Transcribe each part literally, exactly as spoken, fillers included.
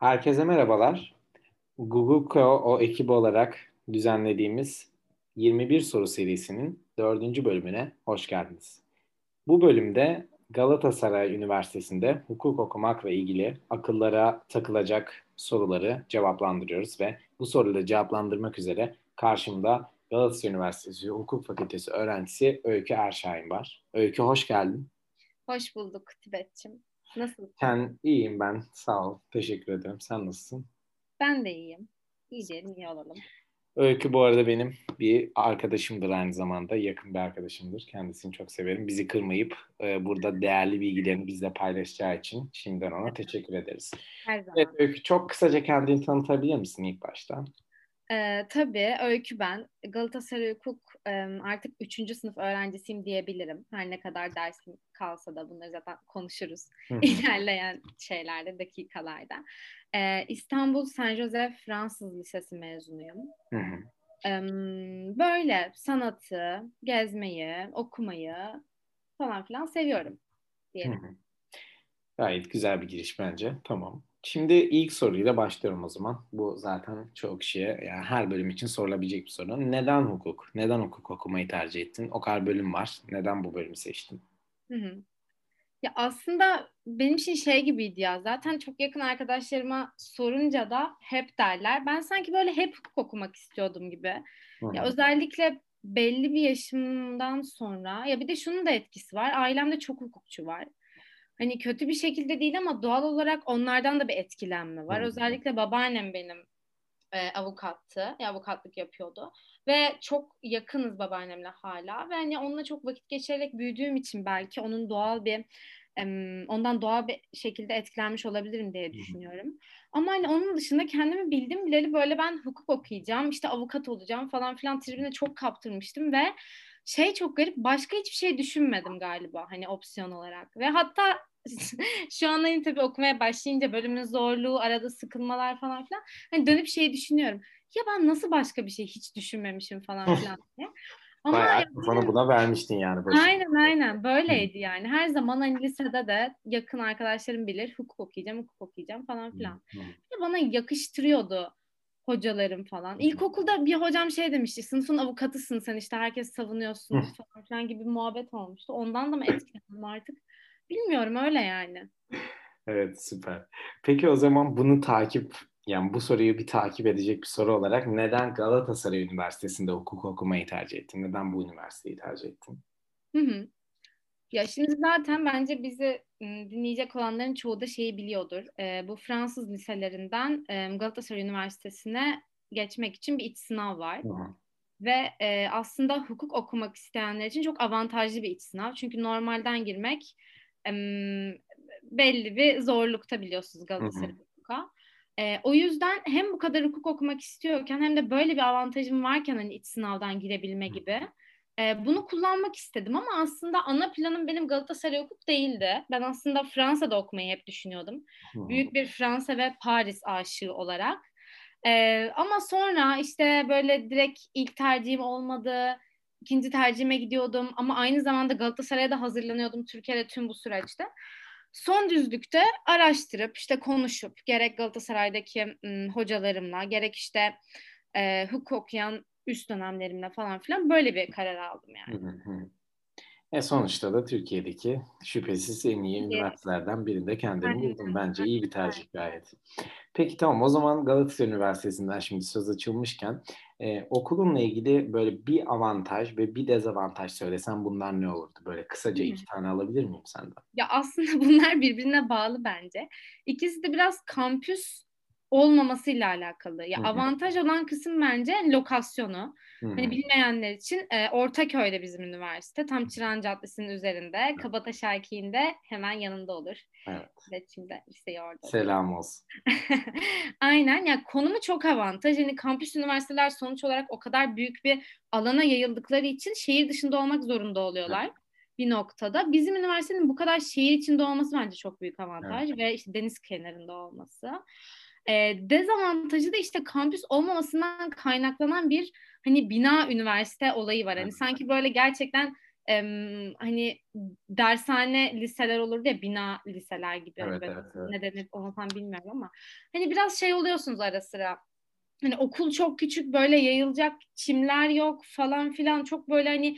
Herkese merhabalar. Google Co. ekibi olarak düzenlediğimiz yirmi bir soru serisinin dördüncü bölümüne hoş geldiniz. Bu bölümde Galatasaray Üniversitesi'nde hukuk okumakla ilgili akıllara takılacak soruları cevaplandırıyoruz ve bu soruları cevaplandırmak üzere karşımda Galatasaray Üniversitesi Hukuk Fakültesi öğrencisi Öykü Erşahin var. Öykü hoş geldin. Hoş bulduk Tibet'ciğim. Nasılsın? Sen iyiyim ben. Sağ ol. Teşekkür ederim. Sen nasılsın? Ben de iyiyim. İyi diyelim, iyi olalım. Öykü bu arada benim bir arkadaşımdır aynı zamanda. Yakın bir arkadaşımdır. Kendisini çok severim. Bizi kırmayıp e, burada değerli bilgilerini bizle paylaşacağı için şimdiden ona teşekkür ederiz. Her Evet zaman. Öykü, çok kısaca kendini tanıtabilir misin ilk başta? Ee, tabii Öykü ben. Galatasaray Hukuk e, artık üçüncü sınıf öğrencisiyim diyebilirim. Her ne kadar dersim kalsa da bunları zaten konuşuruz Hı hı. ilerleyen şeylerde, dakikalarda. Ee, İstanbul Saint Joseph Fransız Lisesi mezunuyum. Hı hı. Ee, Böyle sanatı, gezmeyi, okumayı falan filan seviyorum Hı diyelim. hı. Gayet güzel bir giriş bence. Tamam. Şimdi ilk soruyla başlıyorum o zaman. Bu zaten çoğu kişiye, yani her bölüm için sorulabilecek bir soru. Neden hukuk? Neden hukuk okumayı tercih ettin? O kadar bölüm var. Neden bu bölümü seçtin? Hı hı. Ya aslında benim için şey gibiydi ya. Zaten çok yakın arkadaşlarıma sorunca da hep derler. Ben sanki böyle hep hukuk okumak istiyordum gibi. Hı Ya hı. özellikle belli bir yaşımdan sonra ya bir de şunun da etkisi var. Ailemde çok hukukçu var. Hani kötü bir şekilde değil ama doğal olarak onlardan da bir etkilenme Hı var. hı. Özellikle babaannem benim e, avukattı. Ya avukatlık yapıyordu. Ve çok yakınız babaannemle hala. Ve hani onunla çok vakit geçirerek büyüdüğüm için belki onun doğal bir em, ondan doğal bir şekilde etkilenmiş olabilirim diye Hı hı. düşünüyorum. Ama hani onun dışında kendimi bildim bileli böyle ben hukuk okuyacağım, işte avukat olacağım falan filan tribine çok kaptırmıştım ve şey çok garip başka hiçbir şey düşünmedim galiba hani opsiyon olarak. Ve hatta şu an hani tabii okumaya başlayınca bölümün zorluğu, arada sıkılmalar falan filan hani dönüp şey düşünüyorum. Ya ben nasıl başka bir şey hiç düşünmemişim falan filan diye. Ama ya Bayağı kafanı benim buna vermiştin yani başında. aynen aynen Hı böyleydi yani. Her zaman hani lisede de yakın arkadaşlarım bilir hukuk okuyacağım, hukuk okuyacağım falan hı. filan. Hı Ve bana yakıştırıyordu hocalarım falan. hı. İlkokulda bir hocam şey demişti. Sınıfın avukatısın sen işte herkes Hı. savunuyorsun falan filan gibi bir muhabbet olmuştu. Ondan da mı etkilendim artık? Bilmiyorum öyle yani. Evet, süper. Peki o zaman bunu takip, yani bu soruyu bir takip edecek bir soru olarak neden Galatasaray Üniversitesi'nde hukuk okumayı tercih ettin? Neden bu üniversiteyi tercih ettin? Hı hı. Ya şimdi zaten bence bizi ım, dinleyecek olanların çoğu da şeyi biliyordur. Ee, bu Fransız liselerinden em, Galatasaray Üniversitesi'ne geçmek için bir iç sınav var. Hı hı. Ve e, aslında hukuk okumak isteyenler için çok avantajlı bir iç sınav. Çünkü normalden girmek em, belli bir zorlukta biliyorsunuz Hı hı. Galatasaray hukuka. E, o yüzden hem bu kadar hukuk okumak istiyorken hem de böyle bir avantajım varken hani iç sınavdan girebilme gibi e, bunu kullanmak istedim ama aslında ana planım benim Galatasaray hukuk değildi. Ben aslında Fransa'da okumayı hep düşünüyordum. Hı hı. Büyük bir Fransa ve Paris aşığı olarak. Ee, ama sonra işte böyle direkt ilk tercihim olmadı. İkinci tercihime gidiyordum ama aynı zamanda Galatasaray'a da hazırlanıyordum Türkiye'de tüm bu süreçte. Son düzlükte araştırıp işte konuşup gerek Galatasaray'daki ım, hocalarımla gerek işte e, hukuk okuyan üst dönemlerimle falan filan böyle bir karar aldım Hı yani. hı. Hı. E sonuçta da Türkiye'deki şüphesiz en iyi Diye- üniversitelerden birinde kendini Aynen, buldum. Bence iyi bir tercih aynen. gayet. Peki tamam, o zaman Galatasaray Üniversitesi'nden şimdi söz açılmışken e, okulunla ilgili böyle bir avantaj ve bir dezavantaj söylesen bunlar ne olurdu? Böyle kısaca iki tane alabilir miyim senden? Ya aslında bunlar birbirine bağlı bence. İkisi de biraz kampüs olmamasıyla alakalı. Ya Hı hı. avantaj olan kısım bence lokasyonu. Hı Hani hı. bilmeyenler için e, Ortaköy'de bizim üniversite. Tam Çırağan Caddesi'nin üzerinde. Evet. Kabataş Erkiği'nde hemen yanında olur. Evet. Ve şimdi liseyi orada okuyorum. Selam olsun. Aynen ya konumu çok avantaj. Hani kampüs üniversiteler sonuç olarak o kadar büyük bir alana yayıldıkları için şehir dışında olmak zorunda Evet. oluyorlar bir noktada. Bizim üniversitenin bu kadar şehir içinde olması bence çok büyük Evet. avantaj ve işte deniz kenarında olması. Ee, dezavantajı da işte kampüs olmamasından kaynaklanan bir hani bina üniversite olayı var. Hani Evet. sanki böyle gerçekten em, hani dershane liseler olur ya, bina liseler gibi, hani Evet, böyle evet, evet. ne denir onu tam bilmiyorum ama hani biraz şey oluyorsunuz ara sıra. Hani okul çok küçük, böyle yayılacak çimler yok falan filan, çok böyle hani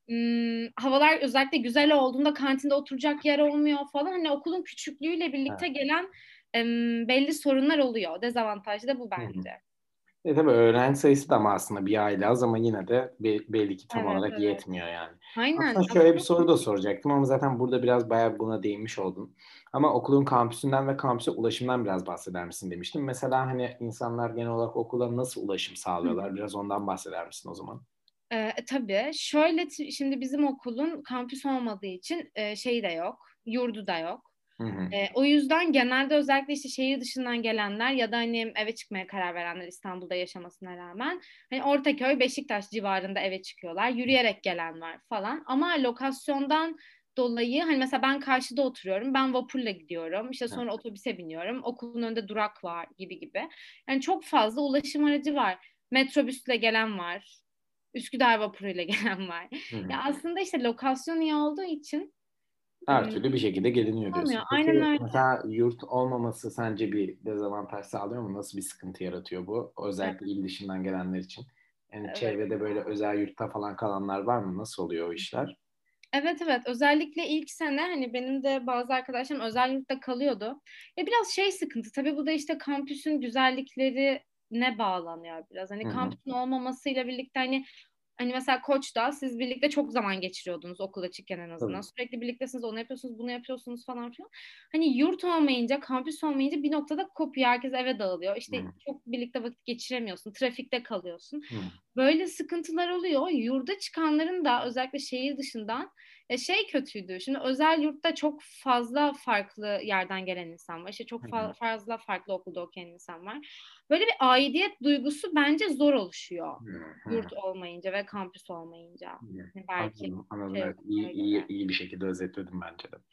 ım, havalar özellikle güzel olduğunda kantinde oturacak yer olmuyor falan. Hani okulun küçüklüğüyle birlikte Evet. gelen em, belli sorunlar oluyor. Dezavantajı da bu Hı hı. bence. E tabii öğrenci sayısı da ama aslında bir aile az ama yine de be- belli ki tam Evet, olarak evet. yetmiyor yani. Aynen. Aslında şöyle bir soru da soracaktım ama zaten burada biraz bayağı buna değinmiş oldun. Ama okulun kampüsünden ve kampüse ulaşımdan biraz bahseder misin demiştim. Mesela hani insanlar genel olarak okula nasıl ulaşım sağlıyorlar? Biraz ondan bahseder misin o zaman? Ee, tabii. Şöyle t- şimdi bizim okulun kampüs olmadığı için e, şeyi de yok, yurdu da yok. Hı hı. E, o yüzden genelde özellikle işte şehir dışından gelenler ya da hani eve çıkmaya karar verenler, İstanbul'da yaşamasına rağmen hani Ortaköy, Beşiktaş civarında eve çıkıyorlar. Yürüyerek gelen var falan. Ama lokasyondan dolayı hani mesela ben karşıda oturuyorum. Ben vapurla gidiyorum. İşte Evet. sonra otobüse biniyorum. Okulun önünde durak var gibi gibi. Yani çok fazla ulaşım aracı var. Metrobüsle gelen var. Üsküdar vapuruyla gelen var. Hı hı. Ya aslında işte lokasyon iyi olduğu için Her ım, türlü bir şekilde geliniyor olmuyor. diyorsun. Aynen Peki öyle. mesela yurt olmaması sence bir dezavantaj sağlıyor mu? Nasıl bir sıkıntı yaratıyor bu? Evet. Özellikle il dışından gelenler için. Yani Evet. çevrede böyle özel yurtta falan kalanlar var mı? Nasıl oluyor o işler? Evet, evet, özellikle ilk sene hani benim de bazı arkadaşlarım özel yurtta kalıyordu. Ya biraz şey sıkıntı tabii, bu da işte kampüsün güzelliklerine bağlanıyor biraz. Hı Hani hı. kampüsün olmamasıyla birlikte hani hani mesela Koç'ta siz birlikte çok zaman geçiriyordunuz okul açıkken en azından. Tabii. Sürekli birliktesiniz, onu yapıyorsunuz, bunu yapıyorsunuz falan filan. Hani yurt olmayınca, kampüs olmayınca bir noktada kopuyor. Herkes eve dağılıyor. Hı İşte çok birlikte vakit geçiremiyorsun. Trafikte kalıyorsun. hı. Böyle sıkıntılar oluyor. Yurda çıkanların da özellikle şehir dışından e, şey kötüydü. Şimdi özel yurtta çok fazla farklı yerden gelen insan var. İşte çok Hı hı. fa- fazla farklı okulda okuyan insan var. Böyle bir aidiyet duygusu bence zor oluşuyor. Hı hı. Yurt olmayınca ve kampüs olmayınca. Hı. Yani belki Anladım, anladım. şey Evet, iyi, okullara iyi, göre. iyi bir şekilde özetledim bence de.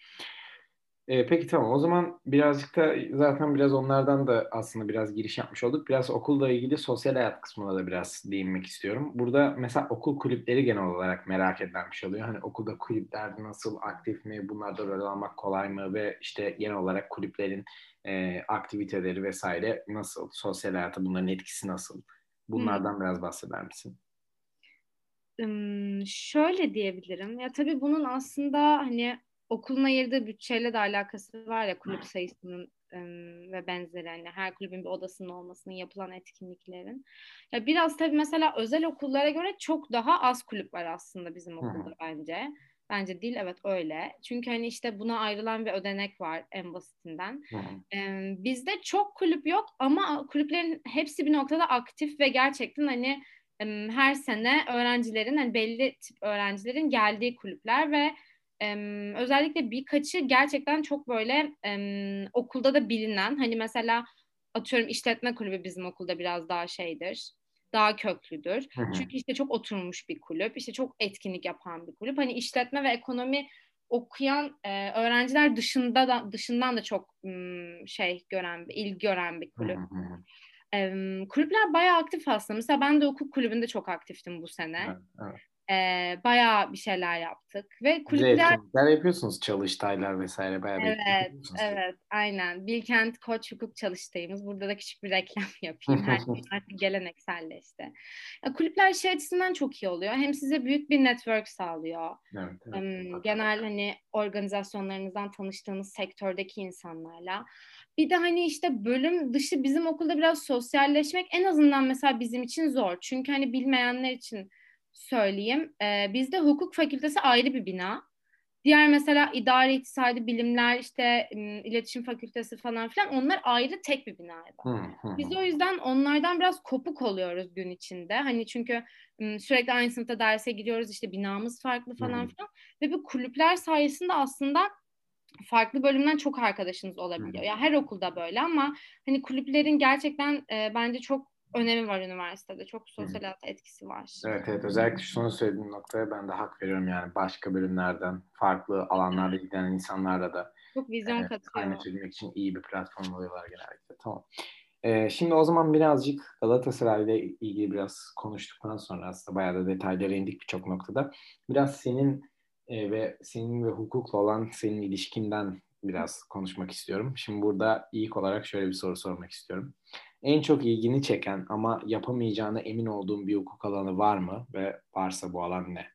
E, peki tamam o zaman birazcık da zaten biraz onlardan da aslında biraz giriş yapmış olduk. Biraz okulla ilgili sosyal hayat kısmına da biraz değinmek istiyorum. Burada mesela okul kulüpleri genel olarak merak edilen bir şey oluyor. Hani okulda kulüpler nasıl, aktif mi, bunlarda rol almak kolay mı ve işte genel olarak kulüplerin e, aktiviteleri vesaire nasıl, sosyal hayata bunların etkisi nasıl? Hmm. Bunlardan biraz bahseder misin? Hmm, şöyle diyebilirim. Ya tabii bunun aslında hani okulun ayırdığı bütçeyle de alakası var ya, kulüp sayısının ım, ve benzeri, hani her kulübün bir odasının olmasının, yapılan etkinliklerin. Ya biraz tabii mesela özel okullara göre çok daha az kulüp var aslında bizim Hı okulda hı. bence. Bence değil, evet öyle. Çünkü hani işte buna ayrılan bir ödenek var en basitinden. Hı hı. Em, Bizde çok kulüp yok ama kulüplerin hepsi bir noktada aktif ve gerçekten hani em, her sene öğrencilerin, hani belli tip öğrencilerin geldiği kulüpler ve em, özellikle birkaçı gerçekten çok böyle em, okulda da bilinen, hani mesela atıyorum işletme kulübü bizim okulda biraz daha şeydir, daha köklüdür. Hı hı. Çünkü işte çok oturmuş bir kulüp, işte çok etkinlik yapan bir kulüp. Hani işletme ve ekonomi okuyan e, öğrenciler dışında da dışından da çok m, şey gören, ilgi gören bir Hı kulüp. hı. Hı. Em, kulüpler bayağı aktif aslında. Mesela ben de hukuk kulübünde çok aktiftim bu sene. Evet, evet. E, Bayağı bir şeyler yaptık. Ve Güzel kulüpler, etkinlikler yapıyorsunuz. Çalıştaylar vesaire bayağı bir etkinlik evet, yapıyorsunuz. evet, aynen. Bilkent Koç Hukuk Çalıştayımız. Burada da küçük bir reklam yapayım. Her şey artık gelenekselleşti. Ya, kulüpler şey açısından çok iyi oluyor. Hem size büyük bir network sağlıyor. Evet, evet. Em, Genel hani organizasyonlarınızdan tanıştığınız sektördeki insanlarla. Bir de hani işte bölüm dışı bizim okulda biraz sosyalleşmek en azından mesela bizim için zor. Çünkü hani bilmeyenler için söyleyeyim. Ee, bizde hukuk fakültesi ayrı bir bina. Diğer mesela idari iktisadi bilimler, işte m, iletişim fakültesi falan filan, onlar ayrı tek bir binada. Hı hı Biz hı. o yüzden onlardan biraz kopuk oluyoruz gün içinde. Hani çünkü m, sürekli aynı sınıfta derse giriyoruz, işte binamız farklı Hı falan hı. filan. Ve bu kulüpler sayesinde aslında farklı bölümden çok arkadaşınız Hı olabiliyor. hı. Ya her okulda böyle ama hani kulüplerin gerçekten e, bence çok önemi var üniversitede. Çok Hı hı. sosyal hayata etkisi var. Evet, evet, özellikle şu son söylediğin noktaya ben de hak veriyorum yani başka bölümlerden farklı alanlarda ilgilenen insanlarla da Çok e, vizyon kaynaşabilmek katıyor. için iyi bir platform oluyorlar genellikle. Tamam. E, şimdi o zaman birazcık Galatasaray ile ilgili biraz konuştuktan sonra aslında bayağı da detaylara indik birçok noktada. Biraz senin e, ve senin ve hukukla olan senin ilişkinden biraz konuşmak istiyorum. Şimdi burada ilk olarak şöyle bir soru sormak istiyorum. En çok ilgini çeken ama yapamayacağına emin olduğun bir hukuk alanı var mı ve varsa bu alan ne?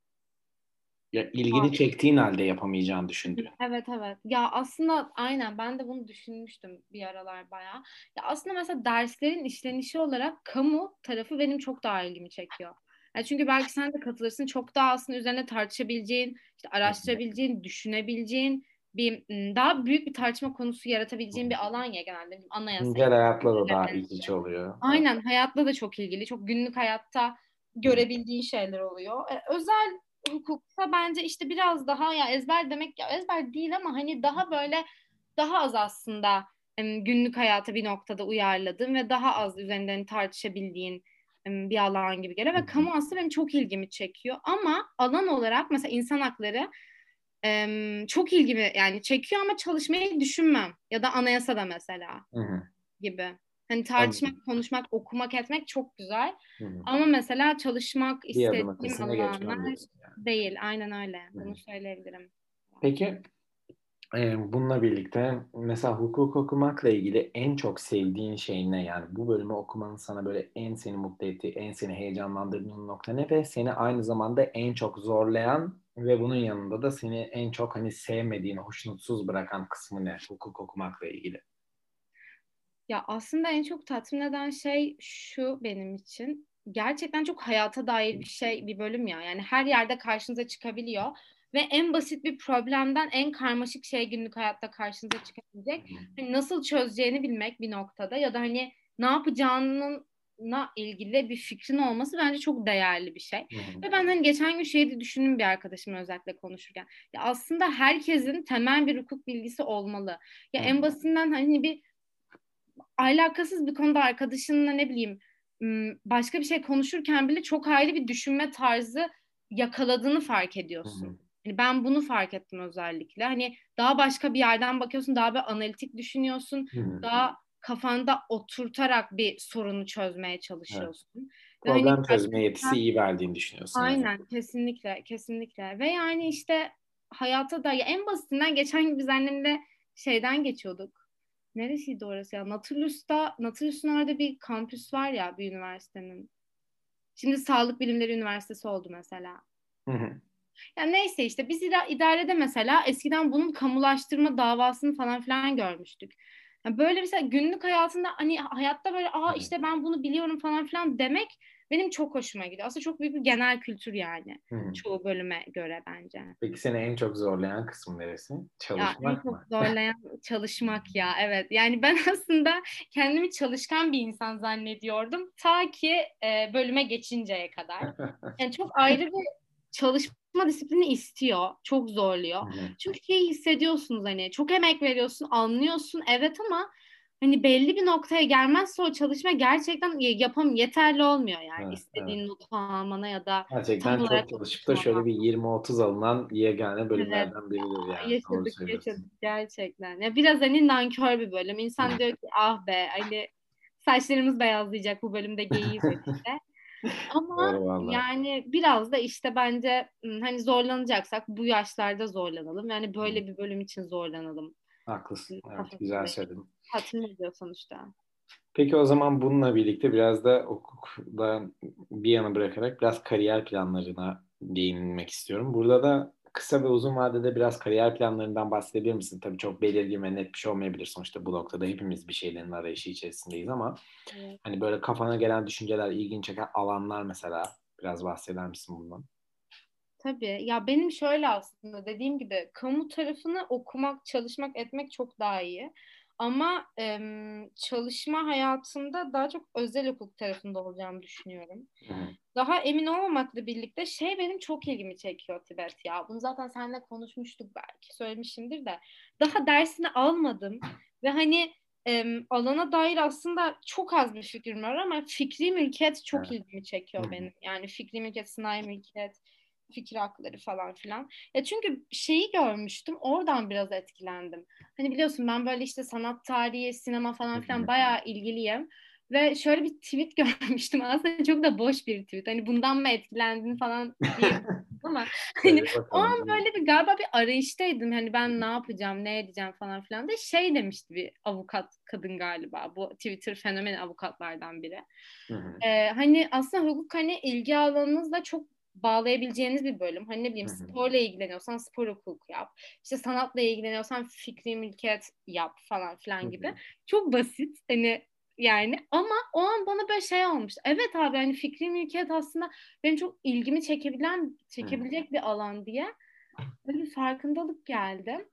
Ya ilgini çektiğin halde yapamayacağını düşündüğün. Evet, evet. Ya aslında aynen ben de bunu düşünmüştüm bir aralar bayağı. Ya aslında mesela derslerin işlenişi olarak kamu tarafı benim çok daha ilgimi çekiyor. Ya çünkü belki sen de katılırsın, çok daha aslında üzerine tartışabileceğin, işte Hı hı. araştırabileceğin, düşünebileceğin bir m, daha büyük bir tartışma konusu Hı yaratabileceğin hı. bir alan ya genelde. Anayasa. Güncel hayatla da daha iç içe oluyor. Evet. Aynen, hayatla da çok ilgili. Çok günlük hayatta Hı hı. görebildiğin şeyler oluyor. E, özel hukukta bence işte biraz daha, ya ezber demek, ya ezber değil ama hani daha böyle daha az aslında em, günlük hayata bir noktada uyarladığın ve daha az üzerinden tartışabildiğin em, bir alan gibi geliyor. Hı Ve hı. kamu aslında benim çok ilgimi çekiyor. Ama alan olarak mesela insan hakları em, çok ilgimi yani çekiyor ama çalışmayı düşünmem. Ya da anayasada mesela Hı hı. gibi. Hani Anladım. tartışmak, konuşmak, okumak etmek çok güzel. Hı hı. Ama mesela çalışmak Bir adım istediğim ötesine geçmem alanlar diyorsun yani. değil. Aynen öyle. Hı hı. Bunu söyleyebilirim. Peki e, bununla birlikte mesela hukuk okumakla ilgili en çok sevdiğin şey ne? Yani bu bölümü okumanın sana böyle en seni mutlu ettiği, en seni heyecanlandırdığı nokta ne ve seni aynı zamanda en çok zorlayan ve bunun yanında da seni en çok hani sevmediğin, hoşnutsuz bırakan kısmı ne hukuk okumakla ilgili? Ya aslında en çok tatmin eden şey şu benim için. Gerçekten çok hayata dair bir şey, bir bölüm ya. Yani her yerde karşınıza çıkabiliyor. Ve en basit bir problemden en karmaşık şey günlük hayatta karşınıza Hı çıkabilecek. hı. Hani nasıl çözeceğini bilmek bir noktada ya da hani ne yapacağınınla ilgili bir fikrin olması bence çok değerli bir şey. Hı hı. Ve ben hani geçen gün şeyi de düşündüm bir arkadaşımla özellikle konuşurken. Ya aslında herkesin temel bir hukuk bilgisi olmalı. Ya Hı en basitinden hani bir alakasız bir konuda arkadaşınla ne bileyim başka bir şey konuşurken bile çok ayrı bir düşünme tarzı yakaladığını fark hı. ediyorsun. Hı. Yani ben bunu fark ettim özellikle. Hani daha başka bir yerden bakıyorsun, daha bir analitik düşünüyorsun, Hı hı. daha kafanda oturtarak bir sorunu çözmeye Evet. çalışıyorsun. Ve hani Problem çözme yetisi iyi verdiğini düşünüyorsun yani. aynen, kesinlikle kesinlikle ve yani işte hayata da ya en basitinden geçen gün biz annemle şeyden geçiyorduk. Neresiydi orası ya? Nautilus'ta, Nautilus'un orada bir kampüs var ya, bir üniversitenin. Şimdi Sağlık Bilimleri Üniversitesi oldu mesela. Hı hı. Ya neyse işte biz ida- idarede mesela eskiden bunun kamulaştırma davasını falan filan görmüştük. Ya böyle mesela günlük hayatında hani hayatta böyle Hı aa hı. işte ben bunu biliyorum falan filan demek benim çok hoşuma gidiyor. Aslında çok büyük bir genel kültür yani Hı hı. çoğu bölüme göre bence. Peki seni en çok zorlayan kısmı neresi? Ya en Çalışmak çok mı? zorlayan çalışmak ya, evet. Yani ben aslında kendimi çalışkan bir insan zannediyordum ta ki e, bölüme geçinceye kadar. Yani çok ayrı bir çalışma disiplini istiyor, çok zorluyor. Hı hı. Çünkü şeyi hissediyorsunuz, hani çok emek veriyorsun, anlıyorsun evet ama hani belli bir noktaya gelmezse o çalışma gerçekten yapam yeterli olmuyor yani Evet, evet. istediğin notu almana ya da tam Gerçekten çok olarak çalışıp da şöyle oturtmana. bir yirmi otuz alınan yegane Evet. bölümlerden biridir yani. Doğru Yaşadık söylüyorsun. yaşadık gerçekten. Ya biraz hani nankör bir bölüm. Hı İnsan diyor ki ah be hani saçlarımız beyazlayacak bu bölümde geyiğiz hı. işte. Ama Doğru valla. yani biraz da işte bence ım, hani zorlanacaksak bu yaşlarda zorlanalım. Yani Hı. böyle bir bölüm için zorlanalım Haklısın. Evet, güzel kafasındayım. söyledin. Tatmin ediyor sonuçta. Peki o zaman bununla birlikte biraz da hukukda bir yana bırakarak biraz kariyer planlarına değinmek istiyorum. Burada da kısa ve uzun vadede biraz kariyer planlarından bahsedebilir misin? Tabii çok belirgin ve net bir şey olmayabilir. Sonuçta bu noktada hepimiz bir şeylerin arayışı içerisindeyiz ama Evet. hani böyle kafana gelen düşünceler, ilgini çeken alanlar mesela biraz bahseder misin bundan? Tabii. Ya benim şöyle aslında dediğim gibi kamu tarafını okumak, çalışmak, etmek çok daha iyi. Ama em, çalışma hayatında daha çok özel hukuk tarafında olacağımı düşünüyorum. Hı hı. Daha emin olmamakla birlikte şey benim çok ilgimi çekiyor Tibet ya. Bunu zaten seninle konuşmuştuk belki. Söylemişimdir de. Daha dersini almadım ve hani em, alana dair aslında çok az bir fikrim var ama fikri mülkiyet çok Evet. ilgimi Hı çekiyor hı. benim. Yani fikri mülkiyet, sınai mülkiyet, fikir hakları falan filan. Ya çünkü şeyi görmüştüm, oradan biraz etkilendim. Hani biliyorsun ben böyle işte sanat tarihi, sinema Hı falan filan hı. bayağı ilgiliyim. Ve şöyle bir tweet görmüştüm. Aslında çok da boş bir tweet. Hani bundan mı etkilendin falan diye ama hani Söyle o bakalım. an böyle bir galiba bir arayıştaydım. Hani ben ne yapacağım, ne edeceğim falan filan da şey demişti bir avukat kadın galiba. Bu Twitter fenomeni avukatlardan biri. Hı hı. Ee, hani aslında hukuk hani ilgi alanınızla çok bağlayabileceğiniz bir bölüm. Hani ne bileyim Hı hı. sporla ilgileniyorsan spor hukuku yap. İşte sanatla ilgileniyorsan fikri mülkiyet yap falan Hı filan hı. gibi. Çok basit. Hani yani ama o an bana böyle şey olmuştu. Evet abi hani fikri mülkiyet aslında benim çok ilgimi çekebilen Hı hı. çekebilecek bir alan diye böyle bir farkındalık geldi.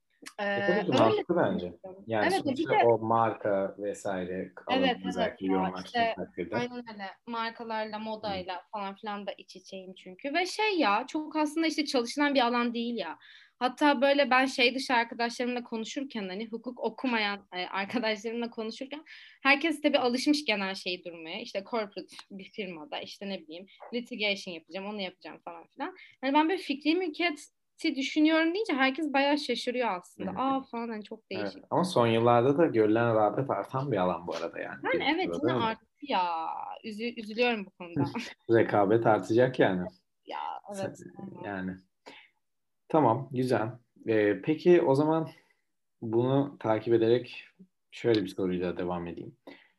E Ee, tabii ki öyle mantıklı bence. düşünüyorum. Yani Evet bir sonuçta de o marka vesaire evet alanını evet özellikle ya yoğun açtığın işte takdirde. aynen öyle markalarla Hı modayla falan filan da iç içeyim çünkü ve şey ya çok aslında işte çalışılan bir alan değil ya. Hatta böyle ben şey dışı arkadaşlarımla konuşurken hani hukuk okumayan e, arkadaşlarımla konuşurken herkes tabii alışmış genel şey durmaya. İşte corporate bir firmada işte ne bileyim litigation yapacağım onu yapacağım falan filan. Hani ben böyle fikri mülkiyeti düşünüyorum deyince herkes bayağı şaşırıyor aslında. hı. Aa falan hani çok Evet. değişik. Ama son yıllarda da görülen rağbet artan bir alan bu arada yani bir Yani evet noktada yine değil mi? arttı ya. Üzü- üzülüyorum bu konuda. Rekabet artacak yani. Ya Sen- evet. Ama Yani tamam, güzel. Ee, peki o zaman bunu takip ederek şöyle bir soruyla devam edeyim.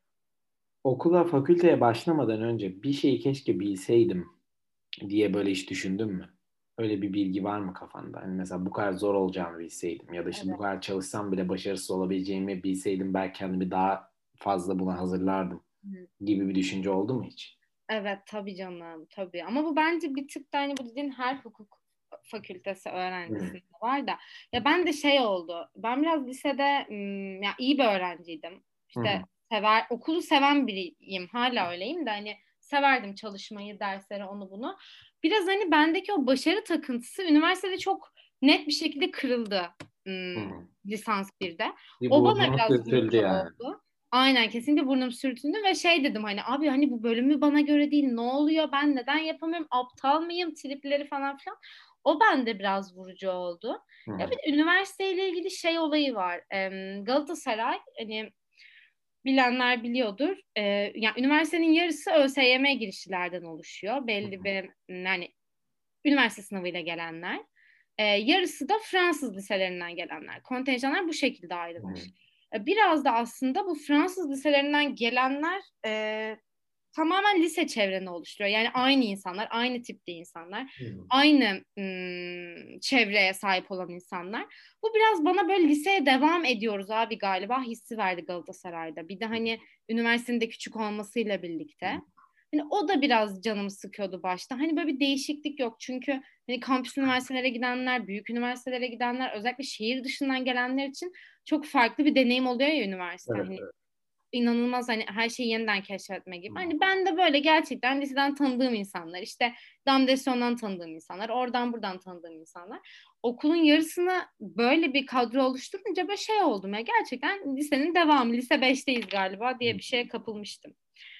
Okula, fakülteye başlamadan önce bir şeyi keşke bilseydim diye böyle hiç düşündün mü? Öyle bir bilgi var mı kafanda? Hani mesela bu kadar zor olacağını bilseydim ya da işte bu evet. kadar çalışsam bile başarısız olabileceğimi bilseydim belki kendimi daha fazla buna hazırlardım Hı. gibi bir düşünce oldu mu hiç? Evet tabii canım tabii. Ama bu bence bir tık da hani bu dediğin her hukuk fakültesi Hı öğrencisinde var da. Ya ben de şey oldu. Ben biraz lisede ım, ya iyi bir öğrenciydim. hı. İşte sever okulu seven biriyim. Hala öyleyim de hani severdim çalışmayı, dersleri, onu bunu. Biraz hani bendeki o başarı takıntısı üniversitede çok net bir şekilde kırıldı. Hı ım, hı. lisans birde. Bir O bana burnunu biraz sürtüldü vurucu yani. oldu. Aynen kesinlikle burnum sürtündü ve şey dedim hani abi hani bu bölümü bana göre değil ne oluyor ben neden yapamıyorum aptal mıyım tripleri falan filan. O bende biraz vurucu oldu. Hı Ya hı. bir de üniversiteyle ilgili şey olayı var. Em, Galatasaray hani bilenler biliyordur. Ee, yani üniversitenin yarısı ÖSYM girişlilerden oluşuyor. Hı Belli hı. bir yani üniversite sınavıyla gelenler. Ee, yarısı da Fransız liselerinden gelenler. Kontenjanlar bu şekilde Hı hı. ayrılmış. Ee, biraz da aslında bu Fransız liselerinden gelenler e, tamamen lise çevreni oluşturuyor. Yani aynı insanlar, aynı tipte insanlar, Hı hı. aynı ım, çevreye sahip olan insanlar. Bu biraz bana böyle liseye devam ediyoruz abi galiba hissi verdi Galatasaray'da. Bir de hani üniversitenin de küçük olmasıyla birlikte. Hani o da biraz canımı sıkıyordu başta. Hani böyle bir değişiklik yok. Çünkü hani kampüs üniversitelere gidenler, büyük üniversitelere gidenler, özellikle şehir dışından gelenler için çok farklı bir deneyim oluyor ya üniversite. Evet, Hani evet. inanılmaz hani her şeyi yeniden keşfetme Hı gibi. hı. Hani ben de böyle gerçekten liseden tanıdığım insanlar, işte Damdesyon'dan tanıdığım insanlar, oradan buradan tanıdığım insanlar. Okulun yarısını böyle bir kadro oluşturunca böyle şey oldum ya gerçekten lisenin devamı, lise beşteyiz galiba Hı diye hı. bir şeye kapılmıştım.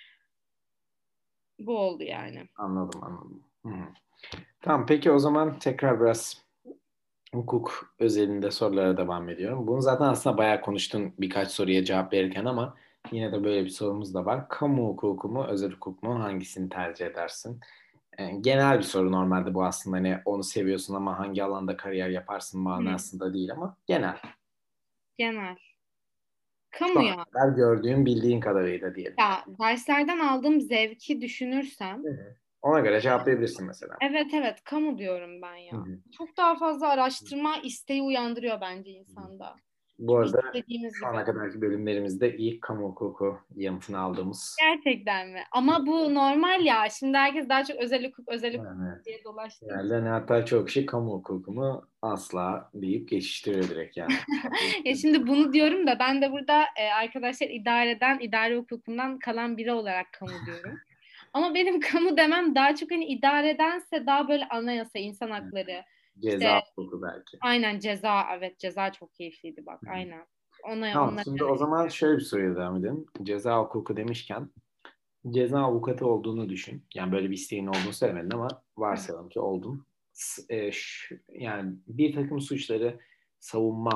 Bu oldu yani. Anladım, anladım. Hı hı. Tamam, peki o zaman tekrar biraz hukuk özelinde sorulara devam ediyorum. Bunu zaten aslında bayağı konuştun birkaç soruya cevap verirken ama yine de böyle bir sorumuz da var. Kamu hukuku mu, özel hukuk mu? Hangisini tercih edersin? Yani genel bir soru normalde bu aslında. Hani onu seviyorsun ama hangi alanda kariyer yaparsın Hı, manasında değil ama genel. genel. Şu Kamu ana ya. kadar gördüğün, bildiğin kadarıyla diyelim. Ya derslerden aldığım zevki Hı düşünürsem hı. Ona göre cevaplayabilirsin mesela. evet evet kamu diyorum ben Hı ya. hı. Çok daha fazla araştırma isteği uyandırıyor bence insanda. Bu Çünkü arada istediğimiz şu gibi. ana kadarki bölümlerimizde ilk kamu hukuku yanıtını aldığımız. Gerçekten mi? Ama bu normal ya. Şimdi herkes daha çok özel hukuk, özel hukuk Yani diye dolaştığı yani için. hani hatta çok kişi kamu hukukumu asla deyip geçiştiriyor direkt yani. Ya şimdi bunu diyorum da ben de burada e, arkadaşlar idareden, idare hukukundan kalan biri olarak kamu diyorum. Ama benim kamu demem daha çok hani idaredense daha böyle anayasa, insan hakları, Ceza işte hukuku belki. aynen ceza, evet ceza çok keyifliydi bak, Hı hı. aynen. Ona, Tamam, onları şimdi o merak zaman ediyorum. şöyle bir soruya devam edelim. Ceza hukuku demişken ceza avukatı olduğunu düşün. Yani böyle bir isteğin olduğunu söylemedin ama Hı hı. varsayalım ki oldun. S- e, ş- yani bir takım suçları savunmam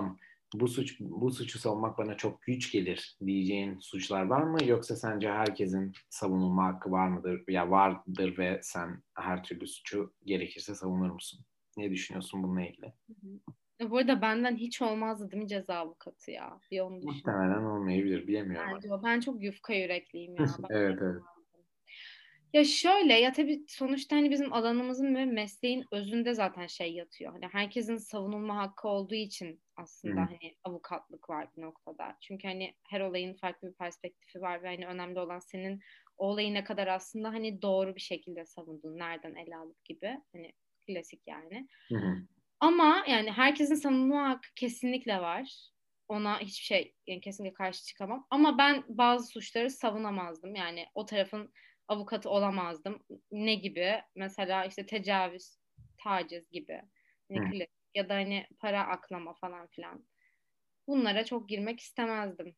bu suç bu suçu savunmak bana çok güç gelir diyeceğin suçlar var mı? Yoksa sence herkesin savunulma hakkı var mıdır? Ya vardır ve sen her türlü suçu gerekirse savunur musun? Ne düşünüyorsun bununla ilgili? Hı hı. Bu arada benden hiç olmazdı değil mi ceza avukatı ya? Bir onu düşün. Muhtemelen olmayabilir, bilemiyorum Bence o. Ben çok yufka yürekliyim ama. ya. Ben Evet, evet. yapamazdım. Ya şöyle ya tabii sonuçta hani bizim alanımızın ve mesleğin özünde zaten şey yatıyor. Hani herkesin savunulma hakkı olduğu için Hı aslında hı. hani avukatlık var bir noktada. Çünkü hani her olayın farklı bir perspektifi var ve hani önemli olan senin o olayı ne kadar aslında hani doğru bir şekilde savunduğun, nereden ele alıp gibi. Hani klasik yani. Hı hı. Ama yani herkesin savunma hakkı kesinlikle var. Ona hiçbir şey yani kesinlikle karşı çıkamam. Ama ben bazı suçları savunamazdım. Yani o tarafın avukatı olamazdım. Ne gibi? Mesela işte tecavüz, taciz gibi. Hı Hani hı. klasik. Ya da hani para aklama falan filan. Bunlara çok girmek istemezdim.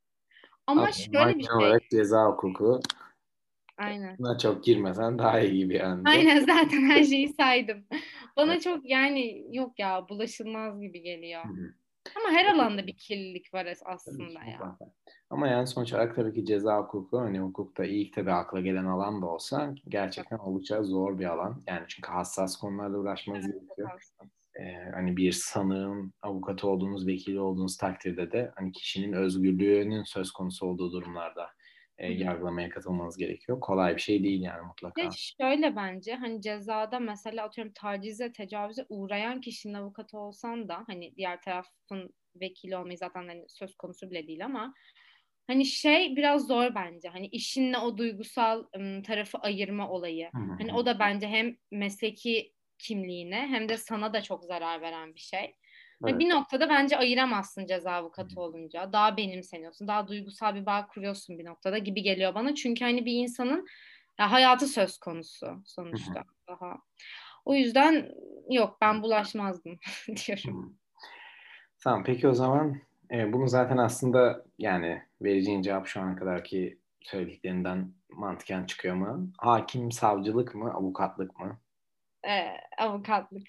Ama Ama o zaman şöyle bir genel şey. olarak ceza hukuku Aynen. buna çok girmesen daha iyi gibi anda. Aynen zaten her şeyi saydım. Evet. Bana çok yani yok ya bulaşılmaz gibi geliyor. Hı hı. Ama her alanda bir kirlilik var as- Tabii aslında ki ya. mutlaka. Ama yani sonuç olarak tabii ki ceza hukuku, hani hukukta ilk tabii akla gelen alan da olsa gerçekten oldukça zor bir alan. Yani çünkü hassas konularla uğraşmanız Çok gerekiyor. hassas. Ee, hani bir sanığın avukatı olduğunuz, vekili olduğunuz takdirde de hani kişinin özgürlüğünün söz konusu olduğu durumlarda e, Hı hı. yargılamaya katılmanız gerekiyor. Kolay bir şey değil yani Ve mutlaka. şöyle bence hani cezada mesela atıyorum tacize, tecavüze uğrayan kişinin avukatı olsan da hani diğer tarafın vekili olmayı zaten hani söz konusu bile değil ama hani şey biraz zor bence. Hani işinle o duygusal ım, tarafı ayırma olayı. Hı Hani hı. o da bence hem mesleki kimliğine hem de sana da çok zarar veren bir şey. Hani Evet. bir noktada bence ayıramazsın ceza avukatı olunca. Daha benimseniyorsun, daha duygusal bir bağ kuruyorsun bir noktada gibi geliyor bana. Çünkü hani bir insanın ya hayatı söz konusu Hı hı. sonuçta daha. O yüzden yok Hı ben bulaşmazdım hı. diyorum. Tamam, peki o zaman e, bunu zaten aslında yani vereceğin cevap şu ana kadarki söylediklerinden mantıken çıkıyor mu? Hakim, savcılık mı, avukatlık mı? Ee, avukatlık.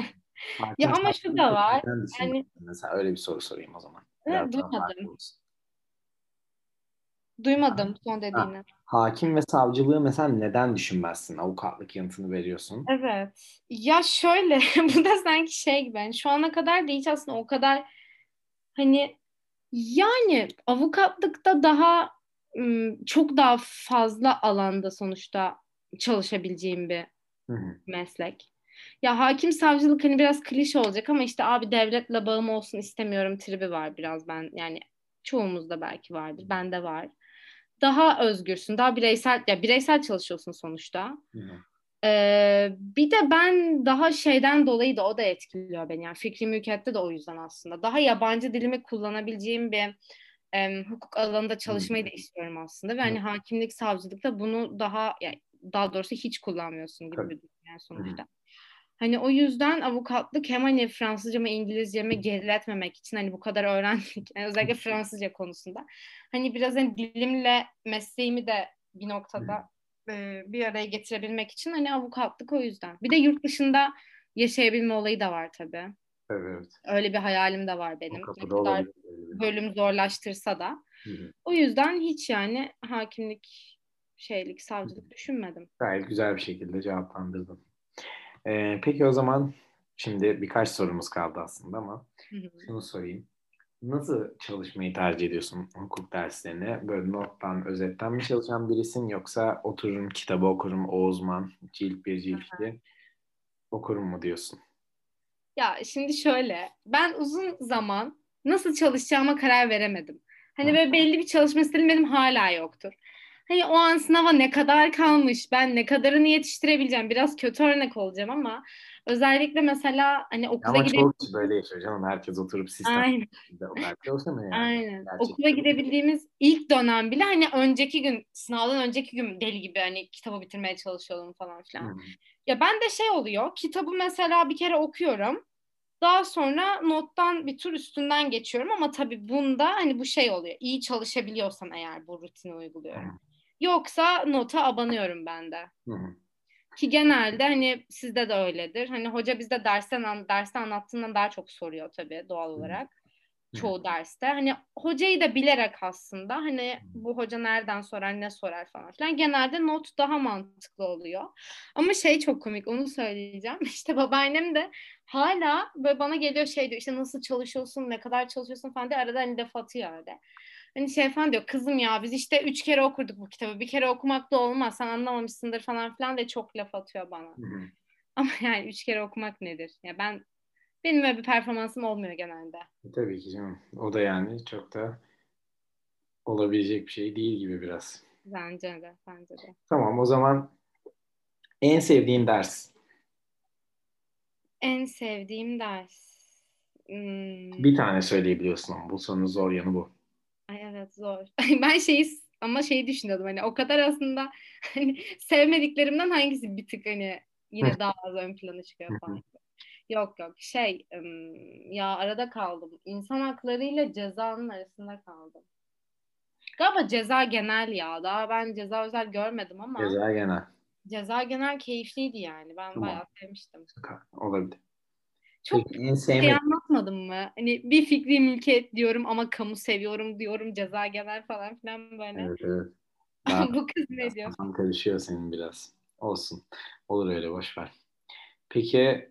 Ya Hakim, ama şu da savcılık var. neden düşündün? Yani Mesela öyle bir soru sorayım o zaman. evet, Biraz daha farklı duymadım. olsun. Duymadım son Ha, dediğini. hakim ve savcılığı mesela neden düşünmezsin? Avukatlık yanıtını veriyorsun. Evet. Ya şöyle bu da sanki şey gibi. Yani şu ana kadar da hiç aslında o kadar hani yani avukatlıkta daha ım, çok daha fazla alanda sonuçta çalışabileceğim bir Hı hı. meslek. Ya hakim savcılık hani biraz klişe olacak ama işte abi devletle bağım olsun istemiyorum tribi var biraz ben yani çoğumuzda belki vardır bende var. Daha özgürsün, daha bireysel ya bireysel çalışıyorsun sonuçta. Hı hı. Ee, bir de ben daha şeyden dolayı da o da etkiliyor beni. Yani fikri mülkiyette de o yüzden aslında. Daha yabancı dilimi kullanabileceğim bir em, hukuk alanında Hı hı. çalışmayı da istiyorum aslında. Ve Hı. hani hakimlik, savcılıkta bunu daha yani daha doğrusu hiç kullanmıyorsun gibi Tabii. bir durum yani Hı hı. sonuçta. Hani o yüzden avukatlık hem hani Fransızcamı, İngilizcemi geriletmemek için hani bu kadar öğrendik. Yani özellikle Fransızca konusunda. Hani biraz hani dilimle mesleğimi de bir Hı hı. noktada e, bir araya getirebilmek için hani avukatlık o yüzden. Bir de yurt dışında yaşayabilme olayı da var tabii. Tabii, evet. Öyle bir hayalim de var O benim. Ne kapıda kadar olabilir böyle bir nokta. bölüm zorlaştırsa da. Hı hı. O yüzden hiç yani hakimlik, şeylik, Hı hı. savcılık düşünmedim. Gayet güzel bir şekilde cevaplandırdın. Ee, peki o zaman şimdi birkaç sorumuz kaldı aslında ama Hı hı. şunu sorayım. Nasıl çalışmayı tercih ediyorsun hukuk derslerine? Böyle nottan, özetten mi çalışan birisin yoksa otururum kitabı okurum, o uzman, cilt bir, cilt iki okurum mu diyorsun? Ya şimdi şöyle, ben uzun zaman nasıl çalışacağıma karar veremedim. Hani Hı. böyle belli bir çalışma stilim benim hala yoktur. Hani o an sınava ne kadar kalmış, ben ne kadarını yetiştirebileceğim. Biraz kötü örnek olacağım ama özellikle mesela hani okula Ama çoğu kişi gidebildiğimiz, böyle yaşıyor canım. Herkes oturup sistem aynen, içinde o kadar çalışamıyor yani. aynen. Okula Gerçekten. gidebildiğimiz ilk dönem bile hani önceki gün, sınavdan önceki gün deli gibi hani kitabı bitirmeye çalışıyordum falan Hı filan. hı. Ya ben de şey oluyor, kitabı mesela bir kere okuyorum. Daha sonra nottan bir tur üstünden geçiyorum ama tabii bunda hani bu şey oluyor. İyi çalışabiliyorsam eğer bu rutini Hı uyguluyorum. hı. Yoksa nota abanıyorum ben de. Hı hı. Ki genelde hani sizde de öyledir. Hani hoca bizde dersten an, derste anlattığından daha çok soruyor tabii doğal Hı hı. olarak. Hı. çoğu derste. Hani hocayı da bilerek aslında hani bu hoca nereden sorar ne sorar falan filan. Genelde not daha mantıklı oluyor. Ama şey çok komik onu söyleyeceğim. İşte babaannem de hala böyle bana geliyor şey diyor işte nasıl çalışıyorsun ne kadar çalışıyorsun falan diye arada hani laf atıyor öyle. Hani şey falan diyor kızım ya biz işte üç kere okuduk bu kitabı bir kere okumak da olmaz sen anlamamışsındır falan filan diye çok laf atıyor bana. Hı. Ama yani üç kere okumak nedir? Ya ben benim öyle bir performansım olmuyor genelde. E, tabii ki canım. O da yani çok da olabilecek bir şey değil gibi biraz. Bence de, bence de. Tamam, o zaman en sevdiğin ders. En sevdiğim ders. Hmm, Bir tane söyleyebiliyorsun ama bu sorunun zor yanı bu. Ay evet zor. Ben şeyi ama şeyi düşünüyordum hani o kadar aslında hani sevmediklerimden hangisi bir tık hani Hı yine daha az ön plana çıkıyor hı. falan. Yok yok şey ım, ya arada kaldım. İnsan hakları ile cezanın arasında kaldım. Galiba ceza genel ya. Daha ben ceza özel görmedim ama Ceza genel. ceza genel keyifliydi yani. Ben Tamam. bayağı sevmiştim. Olabilir. Çok Peki en şey sevmediğin. anlatmadım mı? Hani bir fikri mülkiyet diyorum ama kamu seviyorum diyorum. Ceza genel falan filan böyle. Evet, evet. Daha Bu kız ne biraz diyor kafam falan. karışıyor senin biraz. Olsun. Olur öyle, boş ver. Peki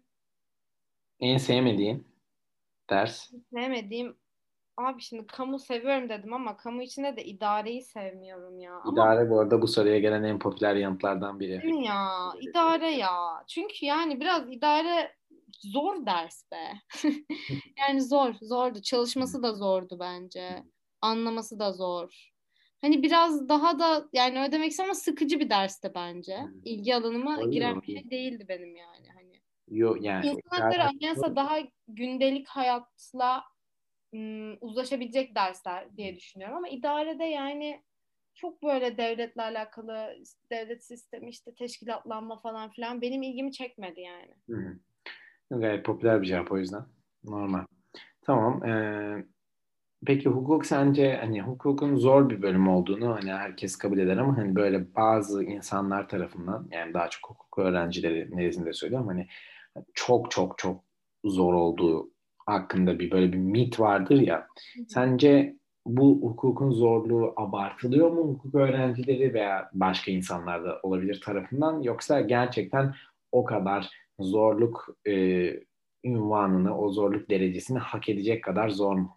en sevmediğin ders? Sevmediğim abi şimdi kamu seviyorum dedim ama kamu içinde de idareyi sevmiyorum ya. Ama İdare bu arada bu soruya gelen en popüler yanıtlardan biri. değil mi ya? İdare ya. Çünkü yani biraz idare zor ders be. Yani zor, zordu. Çalışması da zordu bence. Anlaması da zor. Hani biraz daha da yani öyle demek istiyorum ama sıkıcı bir dersti bence. İlgi alanıma Olabilir, giren bir olabilir. şey değildi benim yani. Hani Yok yani İnsan hakları idare anlayasa daha gündelik hayatla ım, uzlaşabilecek dersler diye düşünüyorum ama idarede yani çok böyle devletle alakalı devlet sistemi işte teşkilatlanma falan filan benim ilgimi çekmedi yani. Hı hı. Gayet popüler bir cevap o yüzden. Normal. Tamam. Ee, peki hukuk sence hani hukukun zor bir bölüm olduğunu hani herkes kabul eder ama hani böyle bazı insanlar tarafından yani daha çok hukuk öğrencileri nezdinde söylüyorum hani çok çok çok zor olduğu hakkında bir böyle bir mit vardır ya. Hı hı. Sence bu hukukun zorluğu abartılıyor mu hukuk öğrencileri veya başka insanlar da olabilir tarafından yoksa gerçekten o kadar zorluk e, ünvanını, o zorluk derecesini hak edecek kadar zor mu?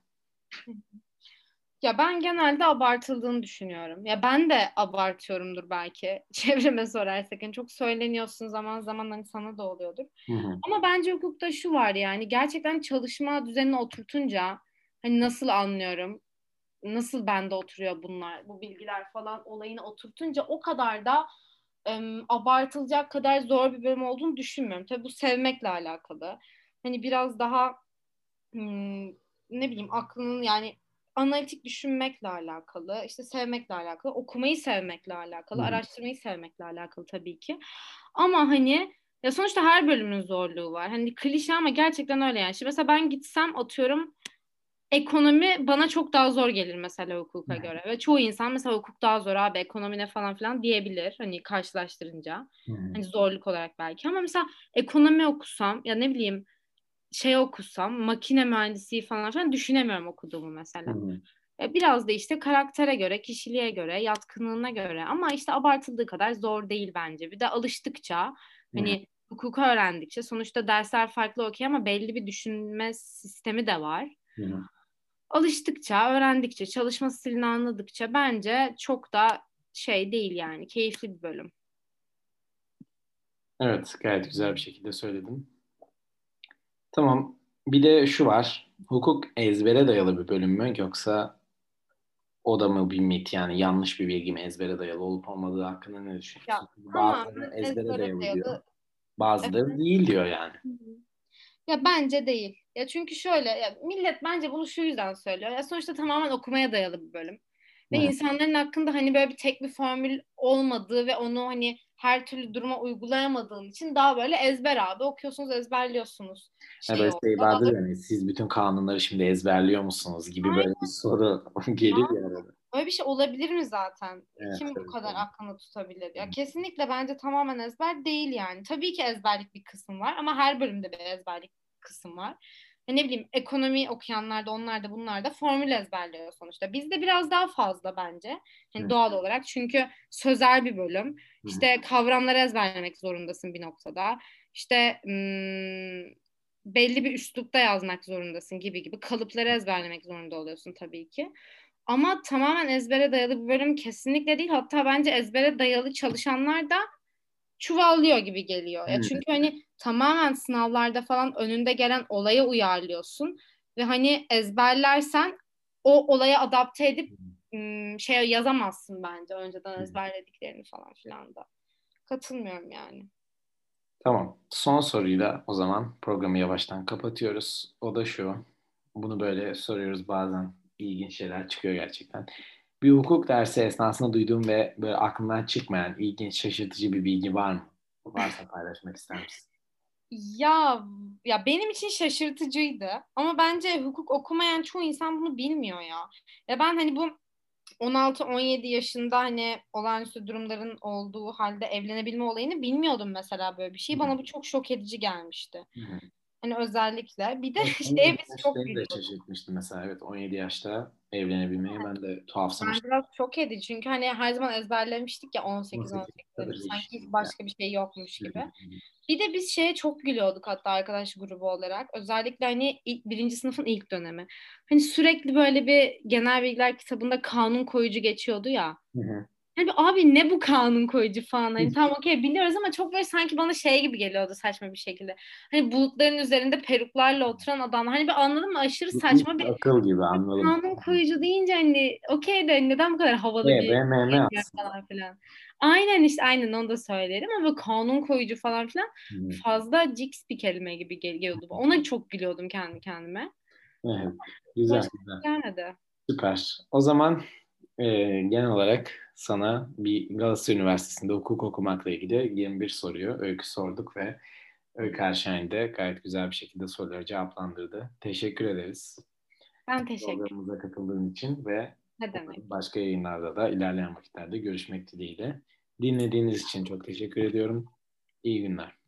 Ya ben genelde abartıldığını düşünüyorum. Ya ben de abartıyorumdur belki. Çevreme sorarsak. Yani çok söyleniyorsun zaman zaman hani sana da oluyordur. Hı hı. Ama bence hukukta şu var yani gerçekten çalışma düzenine oturtunca hani nasıl anlıyorum, nasıl bende oturuyor bunlar, bu bilgiler falan olayını oturtunca o kadar da em, abartılacak kadar zor bir bölüm olduğunu düşünmüyorum. Tabii bu sevmekle alakalı. Hani biraz daha hmm, ne bileyim aklının yani analitik düşünmekle alakalı, işte sevmekle alakalı, okumayı sevmekle Hı alakalı, hı. araştırmayı sevmekle alakalı tabii ki. Ama hani ya sonuçta her bölümün zorluğu var. Hani klişe ama gerçekten öyle yani. Şimdi mesela ben gitsem atıyorum ekonomi bana çok daha zor gelir mesela hukuka göre. Ve çoğu insan mesela hukuk daha zor abi ekonomi ne falan filan diyebilir. Hani karşılaştırınca. Hı hı. Hani zorluk olarak belki. Ama mesela ekonomi okusam ya ne bileyim şey okusam makine mühendisliği falan filan düşünemiyorum okuduğumu Hı mesela. hı. E, Biraz da işte karaktere göre, kişiliğe göre, yatkınlığına göre ama işte abartıldığı kadar zor değil bence. Bir de alıştıkça Hı hı. hani hukuku öğrendikçe sonuçta dersler farklı okuyor ama belli bir düşünme sistemi de var. Hı hı. Alıştıkça, öğrendikçe, çalışma stilini anladıkça bence çok da şey değil yani keyifli bir bölüm. Evet, gayet güzel bir şekilde söyledin. Tamam. Bir de şu var. Hukuk ezbere dayalı bir bölüm mü yoksa o da mı bir mit yani yanlış bir bilgi mi ezbere dayalı olup olmadığı hakkında ne Ya düşünüyorsun? Bazıları tamamen ezbere ezbere dayalı diyor. dayalı. Bazıları değil diyor yani. Ya bence değil. Ya çünkü şöyle ya millet bence bunu şu yüzden söylüyor. Ya sonuçta tamamen okumaya dayalı bir bölüm. Hı Ve hı. insanların hakkında hani böyle bir tek bir formül olmadığı ve onu hani her türlü duruma uygulayamadığın için daha böyle ezber abi okuyorsunuz ezberliyorsunuz Yani şey böyle oldu. şey Daha vardır da yani siz bütün kanunları şimdi ezberliyor musunuz gibi böyle bir aynen soru gelir ya. ya arada. Öyle bir şey olabilir mi zaten? Evet, Kim bu tabii, kadar tabii. aklında tutabilir? Ya kesinlikle bence tamamen ezber değil yani. Tabii ki ezberlik bir kısım var ama her bölümde bir ezberlik kısım var. Ya ne bileyim ekonomi okuyanlar da onlar da bunlar da formül ezberliyor sonuçta. Bizde biraz daha fazla bence. Yani Hı doğal olarak çünkü sözel bir bölüm. hı. İşte kavramları ezberlemek zorundasın bir noktada. İşte hmm, belli bir üslupta yazmak zorundasın gibi gibi. Kalıpları ezberlemek zorunda oluyorsun tabii ki. Ama tamamen ezbere dayalı bir bölüm kesinlikle değil. Hatta bence ezbere dayalı çalışanlar da çuvallıyor gibi geliyor. Ya Hı. çünkü hani tamamen sınavlarda falan önünde gelen olaya uyarlıyorsun ve hani ezberlersen o olaya adapte edip ım, şey yazamazsın bence önceden ezberlediklerini falan filan da. Katılmıyorum yani. Tamam. Son soruyla o zaman programı yavaştan kapatıyoruz. O da şu. Bunu böyle soruyoruz bazen. İlginç şeyler çıkıyor gerçekten. Bir hukuk dersi esnasında duyduğum ve böyle aklımdan çıkmayan ilginç, şaşırtıcı bir bilgi var mı? Varsa paylaşmak ister misin? Ya ya benim için şaşırtıcıydı ama bence hukuk okumayan çoğu insan bunu bilmiyor ya. Ya ben hani bu on altı on yedi yaşında hani olağanüstü durumların olduğu halde evlenebilme olayını bilmiyordum mesela böyle bir Hı şey. Bana bu çok şok edici gelmişti. hı. Hani özellikle. Bir de Evet, şeye on yedi biz yaş çok beni de gülüyorduk. şaşırtmıştı mesela. Evet, on yedi yaşta evlenebilmeyi ben de Ben tuhafsamıştım. biraz şok edici. Çünkü hani her zaman ezberlemiştik ya on sekiz on on sekiz sekiz tabii demiş. hiç Sanki hiç yani. başka bir şey yokmuş Hı hı. gibi. Bir de biz şeye çok gülüyorduk hatta arkadaş grubu olarak. Özellikle hani ilk, birinci sınıfın ilk dönemi. Hani sürekli böyle bir genel bilgiler kitabında kanun koyucu geçiyordu ya. Hı hı. Hani abi ne bu kanun koyucu falan hani tamam okey biliyoruz ama çok böyle sanki bana şey gibi geliyordu saçma bir şekilde. Hani bulutların üzerinde peruklarla oturan adam hani bir anladın mı aşırı Gitmiş saçma bir akıl gibi anladım. kanun koyucu deyince hani okey de neden bu kadar E, havalı bir B M M kelime aslında. falan filan. Aynen işte aynen onu da söylerim ama böyle kanun koyucu falan filan Hı hı. fazla jigs bir kelime gibi geliyordu. Ona çok gülüyordum kendi kendime. Evet, güzel Başka güzel. bir şey gelmedi. Süper. O zaman e, genel olarak sana bir Galatasaray Üniversitesi'nde hukuk okumakla ilgili yirmi bir soruyu Öykü sorduk ve Öykü Erşen de gayet güzel bir şekilde soruları cevaplandırdı. Teşekkür ederiz Ben teşekkür ederim. programımıza katıldığın için ve Ne demek? umarım başka yayınlarda da ilerleyen vakitlerde görüşmek dileğiyle. Dinlediğiniz için çok teşekkür ediyorum. İyi günler.